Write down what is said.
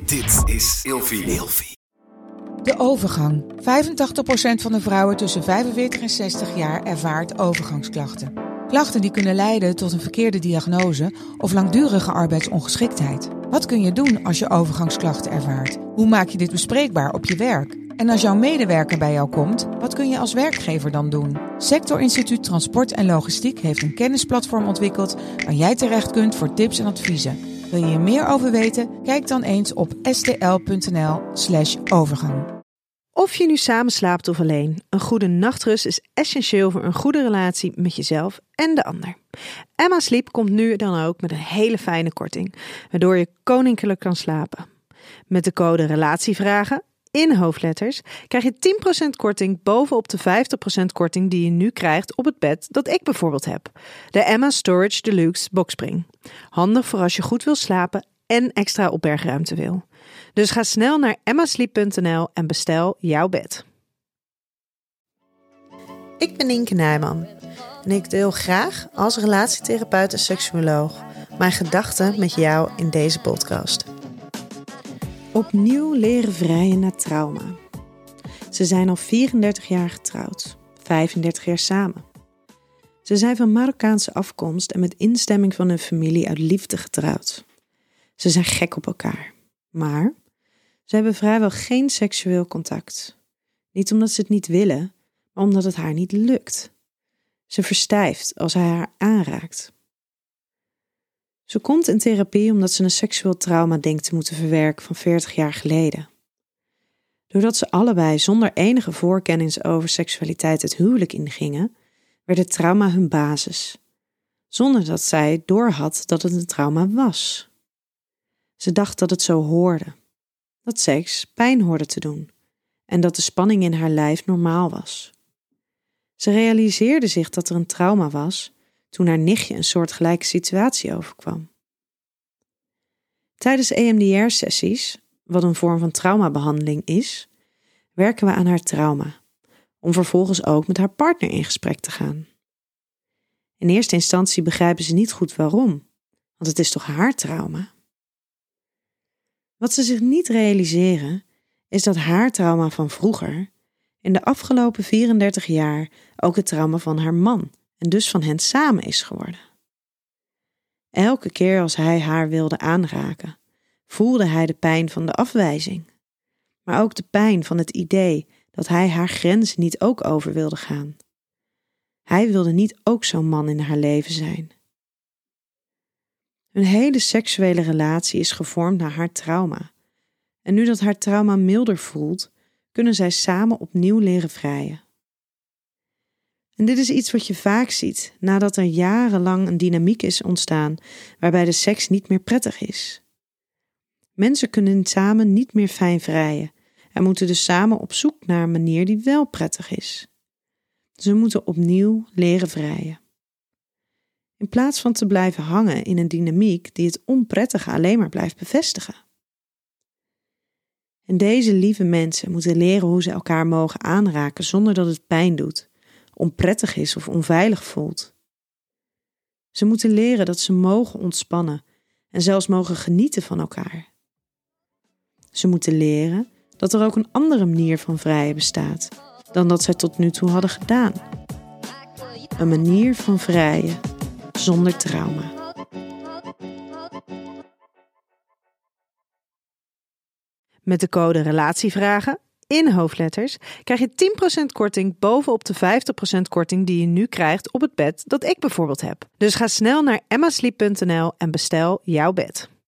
Dit is Ilfie. De overgang. 85% van de vrouwen tussen 45 en 60 jaar ervaart overgangsklachten. Klachten die kunnen leiden tot een verkeerde diagnose of langdurige arbeidsongeschiktheid. Wat kun je doen als je overgangsklachten ervaart? Hoe maak je dit bespreekbaar op je werk? En als jouw medewerker bij jou komt, wat kun je als werkgever dan doen? Sectorinstituut Transport en Logistiek heeft een kennisplatform ontwikkeld waar jij terecht kunt voor tips en adviezen. Wil je hier meer over weten? Kijk dan eens op stl.nl/overgang. Of je nu samen slaapt of alleen, een goede nachtrust is essentieel voor een goede relatie met jezelf en de ander. Emma Sleep komt nu dan ook met een hele fijne korting, waardoor je koninklijk kan slapen. Met de code RELATIEVRAGEN in hoofdletters krijg je 10% korting bovenop de 50% korting die je nu krijgt op het bed dat ik bijvoorbeeld heb. De Emma Storage Deluxe Boxspring. Handig voor als je goed wil slapen en extra opbergruimte wil. Dus ga snel naar emmasleep.nl en bestel jouw bed. Ik ben Nienke Nijman en ik deel graag als relatietherapeut en seksuoloog mijn gedachten met jou in deze podcast. Opnieuw leren vrijen na trauma. Ze zijn al 34 jaar getrouwd, 35 jaar samen. Ze zijn van Marokkaanse afkomst en met instemming van hun familie uit liefde getrouwd. Ze zijn gek op elkaar, maar ze hebben vrijwel geen seksueel contact. Niet omdat ze het niet willen, maar omdat het haar niet lukt. Ze verstijft als hij haar aanraakt. Ze komt in therapie omdat ze een seksueel trauma denkt te moeten verwerken van 40 jaar geleden. Doordat ze allebei zonder enige voorkennis over seksualiteit het huwelijk ingingen, werd het trauma hun basis, zonder dat zij doorhad dat het een trauma was. Ze dacht dat het zo hoorde, dat seks pijn hoorde te doen en dat de spanning in haar lijf normaal was. Ze realiseerde zich dat er een trauma was toen haar nichtje een soortgelijke situatie overkwam. Tijdens EMDR-sessies, wat een vorm van traumabehandeling is, werken we aan haar trauma, om vervolgens ook met haar partner in gesprek te gaan. In eerste instantie begrijpen ze niet goed waarom, want het is toch haar trauma? Wat ze zich niet realiseren, is dat haar trauma van vroeger in de afgelopen 34 jaar ook het trauma van haar man en dus van hen samen is geworden. Elke keer als hij haar wilde aanraken, voelde hij de pijn van de afwijzing, maar ook de pijn van het idee dat hij haar grenzen niet ook over wilde gaan. Hij wilde niet ook zo'n man in haar leven zijn. Hun hele seksuele relatie is gevormd naar haar trauma. En nu dat haar trauma milder voelt, kunnen zij samen opnieuw leren vrijen. En dit is iets wat je vaak ziet nadat er jarenlang een dynamiek is ontstaan waarbij de seks niet meer prettig is. Mensen kunnen samen niet meer fijn vrijen en moeten dus samen op zoek naar een manier die wel prettig is. Ze moeten opnieuw leren vrijen. In plaats van te blijven hangen in een dynamiek die het onprettige alleen maar blijft bevestigen. En deze lieve mensen moeten leren hoe ze elkaar mogen aanraken zonder dat het pijn doet, onprettig is of onveilig voelt. Ze moeten leren dat ze mogen ontspannen en zelfs mogen genieten van elkaar. Ze moeten leren dat er ook een andere manier van vrijen bestaat dan dat zij tot nu toe hadden gedaan. Een manier van vrijen zonder trauma. Met de code RELATIEVRAGEN in hoofdletters krijg je 10% korting bovenop de 50% korting die je nu krijgt op het bed dat ik bijvoorbeeld heb. Dus ga snel naar emmasleep.nl en bestel jouw bed.